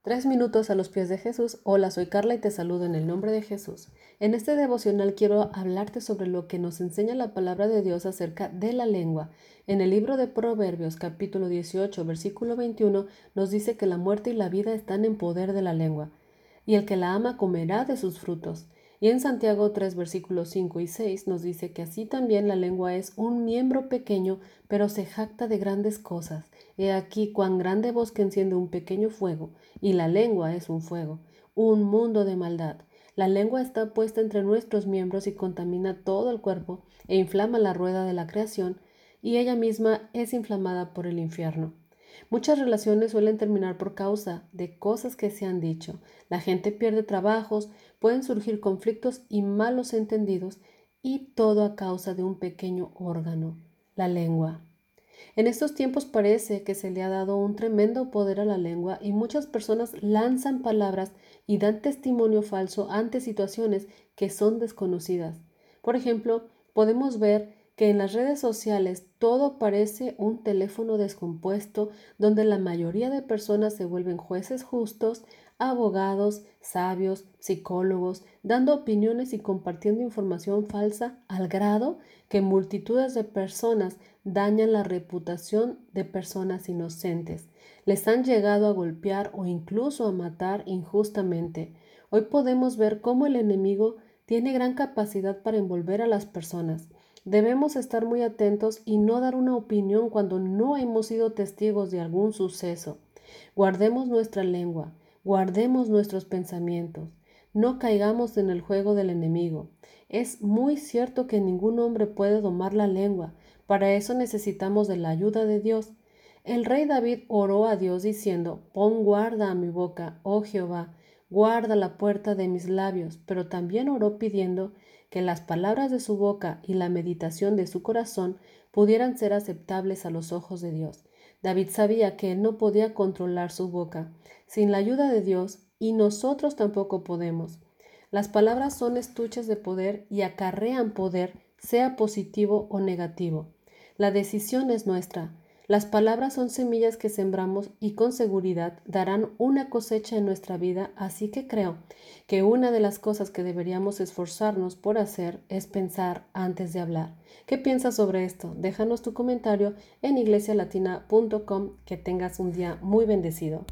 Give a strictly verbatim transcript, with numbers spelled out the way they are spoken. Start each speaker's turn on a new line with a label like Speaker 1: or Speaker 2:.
Speaker 1: Tres minutos a los pies de Jesús. Hola, soy Carla y te saludo en el nombre de Jesús. En este devocional quiero hablarte sobre lo que nos enseña la palabra de Dios acerca de la lengua. En el libro de Proverbios, capítulo dieciocho, versículo veintiuno, nos dice que la muerte y la vida están en poder de la lengua, y el que la ama comerá de sus frutos. Y en Santiago tres, versículos cinco y seis nos dice que así también la lengua es un miembro pequeño, pero se jacta de grandes cosas. He aquí cuán grande bosque enciende un pequeño fuego, y la lengua es un fuego, un mundo de maldad. La lengua está puesta entre nuestros miembros y contamina todo el cuerpo e inflama la rueda de la creación, y ella misma es inflamada por el infierno. Muchas relaciones suelen terminar por causa de cosas que se han dicho. La gente pierde trabajos, pueden surgir conflictos y malos entendidos, y todo a causa de un pequeño órgano, la lengua. En estos tiempos parece que se le ha dado un tremendo poder a la lengua y muchas personas lanzan palabras y dan testimonio falso ante situaciones que son desconocidas. Por ejemplo, podemos ver que en las redes sociales todo parece un teléfono descompuesto donde la mayoría de personas se vuelven jueces justos, abogados, sabios, psicólogos, dando opiniones y compartiendo información falsa al grado que multitudes de personas dañan la reputación de personas inocentes. Les han llegado a golpear o incluso a matar injustamente. Hoy podemos ver cómo el enemigo tiene gran capacidad para envolver a las personas. Debemos estar muy atentos y no dar una opinión cuando no hemos sido testigos de algún suceso. Guardemos nuestra lengua, guardemos nuestros pensamientos. No caigamos en el juego del enemigo. Es muy cierto que ningún hombre puede domar la lengua. Para eso necesitamos de la ayuda de Dios. El rey David oró a Dios diciendo: Pon guarda a mi boca, oh Jehová, guarda la puerta de mis labios. Pero también oró pidiendo que las palabras de su boca y la meditación de su corazón pudieran ser aceptables a los ojos de Dios. David sabía que él no podía controlar su boca sin la ayuda de Dios, y nosotros tampoco podemos. Las palabras son estuches de poder y acarrean poder, sea positivo o negativo. La decisión es nuestra. Las palabras son semillas que sembramos y con seguridad darán una cosecha en nuestra vida, así que creo que una de las cosas que deberíamos esforzarnos por hacer es pensar antes de hablar. ¿Qué piensas sobre esto? Déjanos tu comentario en iglesia latina punto com. Que tengas un día muy bendecido.